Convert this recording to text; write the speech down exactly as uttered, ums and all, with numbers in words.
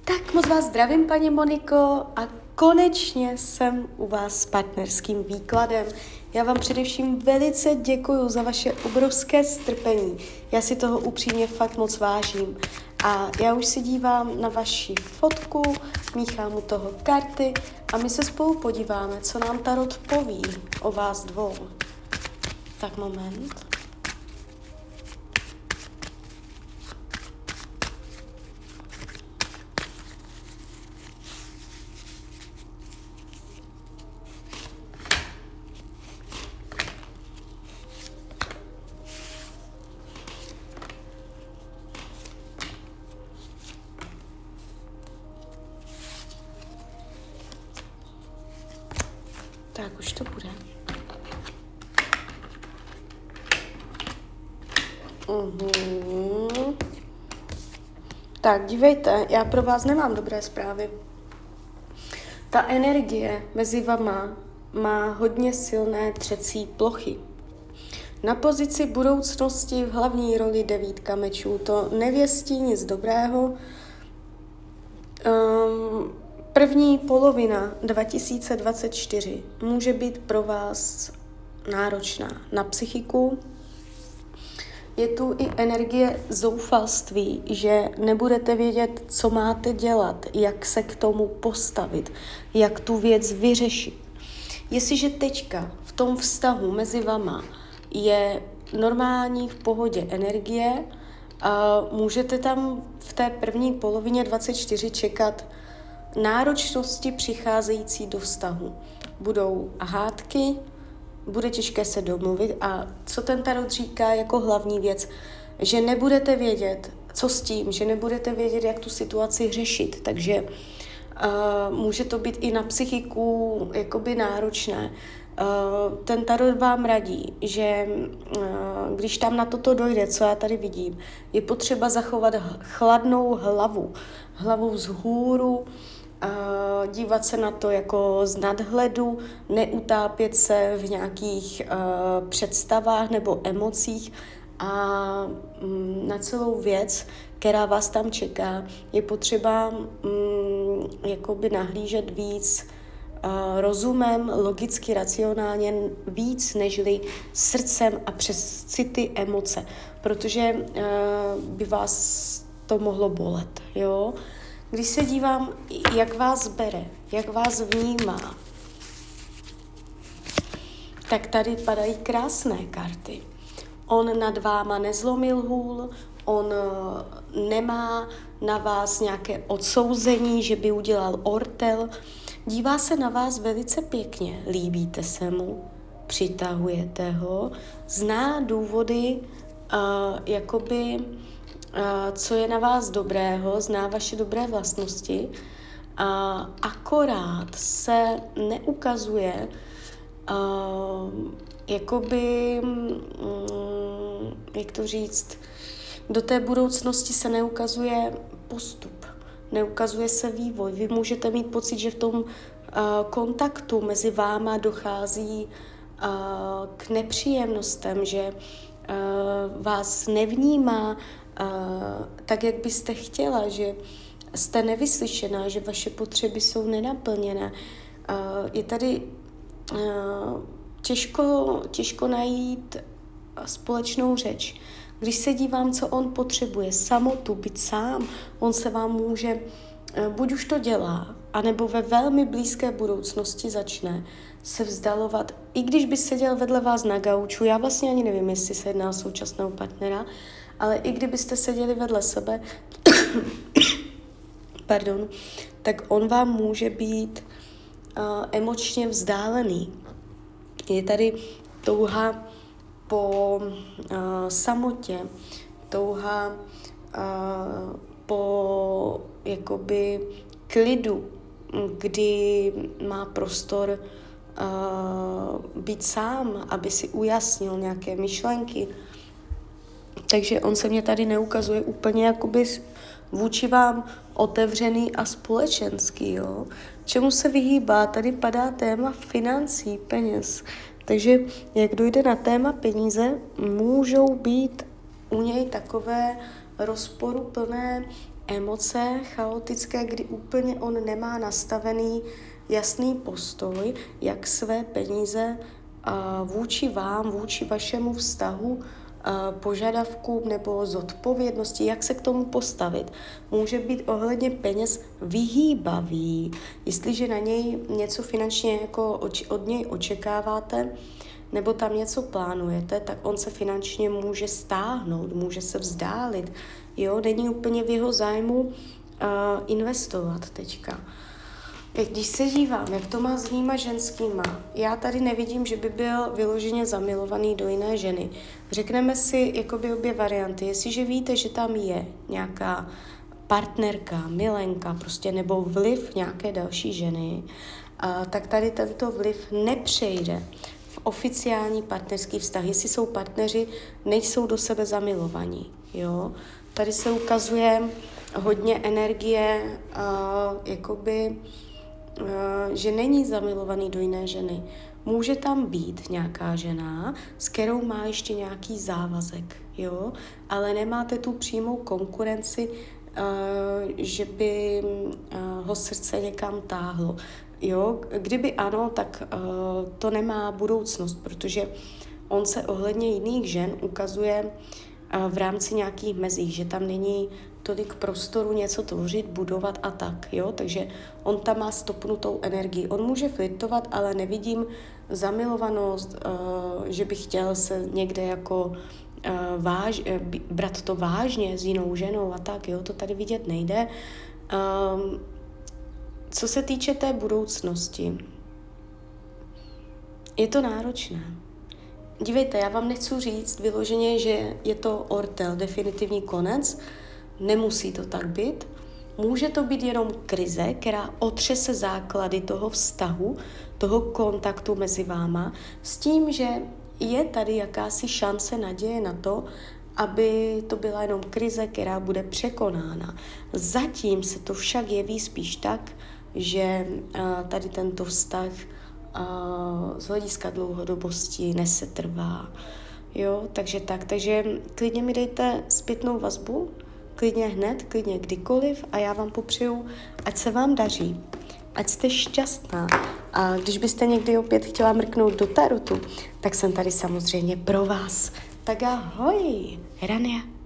Tak moc vás zdravím, paní Moniko, a konečně jsem u vás s partnerským výkladem. Já vám především velice děkuju za vaše obrovské strpení. Já si toho upřímně fakt moc vážím. A já už si dívám na vaši fotku, míchám u toho karty a my se spolu podíváme, co nám tarot poví o vás dvou. Tak moment. Tak už to bude. Uhum. Tak dívejte, já pro vás nemám dobré zprávy. Ta energie mezi vama má hodně silné třecí plochy. Na pozici budoucnosti v hlavní roli devítka mečů to nevěstí nic dobrého. Um, První polovina dva tisíce dvacet čtyři může být pro vás náročná na psychiku. Je tu i energie zoufalství, že nebudete vědět, co máte dělat, jak se k tomu postavit, jak tu věc vyřešit. Jestliže teďka v tom vztahu mezi vama je normální v pohodě energie, a můžete tam v té první polovině dvacet čtyři čekat náročnosti přicházející do vztahu. Budou hádky, bude těžké se domluvit a co ten tarot říká jako hlavní věc, že nebudete vědět, co s tím, že nebudete vědět, jak tu situaci řešit, takže uh, může to být i na psychiku jakoby náročné. Uh, ten tarot vám radí, že uh, když tam na toto dojde, co já tady vidím, je potřeba zachovat chladnou hlavu, hlavu vzhůru, Uh, dívat se na to jako z nadhledu, neutápět se v nějakých uh, představách nebo emocích a um, na celou věc, která vás tam čeká, je potřeba um, jakoby nahlížet víc uh, rozumem, logicky, racionálně, víc nežli srdcem a přes city, emoce, protože uh, by vás to mohlo bolet, jo? Když se dívám, jak vás bere, jak vás vnímá, tak tady padají krásné karty. On nad váma nezlomil hůl, on nemá na vás nějaké odsouzení, že by udělal ortel. Dívá se na vás velice pěkně, líbíte se mu, přitahujete ho, zná důvody, uh, jakoby... co je na vás dobrého, zná vaše dobré vlastnosti, a akorát se neukazuje uh, jakoby, um, jak to říct, do té budoucnosti se neukazuje postup, neukazuje se vývoj. Vy můžete mít pocit, že v tom uh, kontaktu mezi váma dochází uh, k nepříjemnostem, že uh, vás nevnímá Uh, tak, jak byste chtěla, že jste nevyslyšená, že vaše potřeby jsou nenaplněné. Uh, je tady uh, těžko, těžko najít společnou řeč. Když se dívám, co on potřebuje, samotu, být sám, on se vám může, uh, buď už to dělá, anebo ve velmi blízké budoucnosti začne se vzdalovat, i když by seděl vedle vás na gauču, já vlastně ani nevím, jestli se jedná o současného partnera, ale i kdybyste seděli vedle sebe, pardon, tak on vám může být uh, emočně vzdálený. Je tady touha po uh, samotě, touha uh, po jakoby klidu, kdy má prostor uh, být sám, aby si ujasnil nějaké myšlenky. Takže on se mě tady neukazuje úplně jakoby vůči vám otevřený a společenský, jo. Čemu se vyhýbá? Tady padá téma financí, peněz. Takže jak dojde na téma peníze, můžou být u něj takové rozporuplné emoce chaotické, kdy úplně on nemá nastavený jasný postoj, jak své peníze uh, vůči vám, vůči vašemu vztahu, uh, požadavkům nebo zodpovědnosti, jak se k tomu postavit. Může být ohledně peněz vyhýbavý. Jestliže na něj něco finančně jako oč- od něj očekáváte, nebo tam něco plánujete, tak on se finančně může stáhnout, může se vzdálit. Jo, není úplně v jeho zájmu uh, investovat teďka. Když se dívám, jak to má s jinýma ženskýma, já tady nevidím, že by byl vyloženě zamilovaný do jiné ženy. Řekneme si jakoby obě varianty. Jestliže víte, že tam je nějaká partnerka, milenka, prostě nebo vliv nějaké další ženy, uh, tak tady tento vliv nepřejde v oficiální partnerský vztah. Jestli jsou partneři, nejsou do sebe zamilovaní. Jo? Tady se ukazuje hodně energie, uh, jakoby, uh, že není zamilovaný do jiné ženy. Může tam být nějaká žena, s kterou má ještě nějaký závazek, jo? Ale nemáte tu přímou konkurenci, uh, že by uh, ho srdce někam táhlo. Jo? Kdyby ano, tak uh, to nemá budoucnost, protože on se ohledně jiných žen ukazuje uh, v rámci nějakých mezí, že tam není tolik prostoru něco tvořit, budovat a tak. Jo? Takže on tam má stopnutou energii. On může flirtovat, ale nevidím zamilovanost, uh, že by chtěl se někde jako uh, váž, uh, brát to vážně s jinou ženou a tak. Jo? To tady vidět nejde. Um, Co se týče té budoucnosti, je to náročné. Dívejte, já vám nechci říct vyloženě, že je to ortel, definitivní konec. Nemusí to tak být. Může to být jenom krize, která otřese základy toho vztahu, toho kontaktu mezi váma, s tím, že je tady jakási šance, naděje na to, aby to byla jenom krize, která bude překonána. Zatím se to však jeví spíš tak, že uh, tady tento vztah uh, z hlediska dlouhodobosti nesetrvá. Jo, takže tak, takže klidně mi dejte zpětnou vazbu, klidně hned, klidně kdykoliv a já vám popřeju, ať se vám daří, ať jste šťastná. A když byste někdy opět chtěla mrknout do tarotu, tak jsem tady samozřejmě pro vás. Tak ahoj, Rania.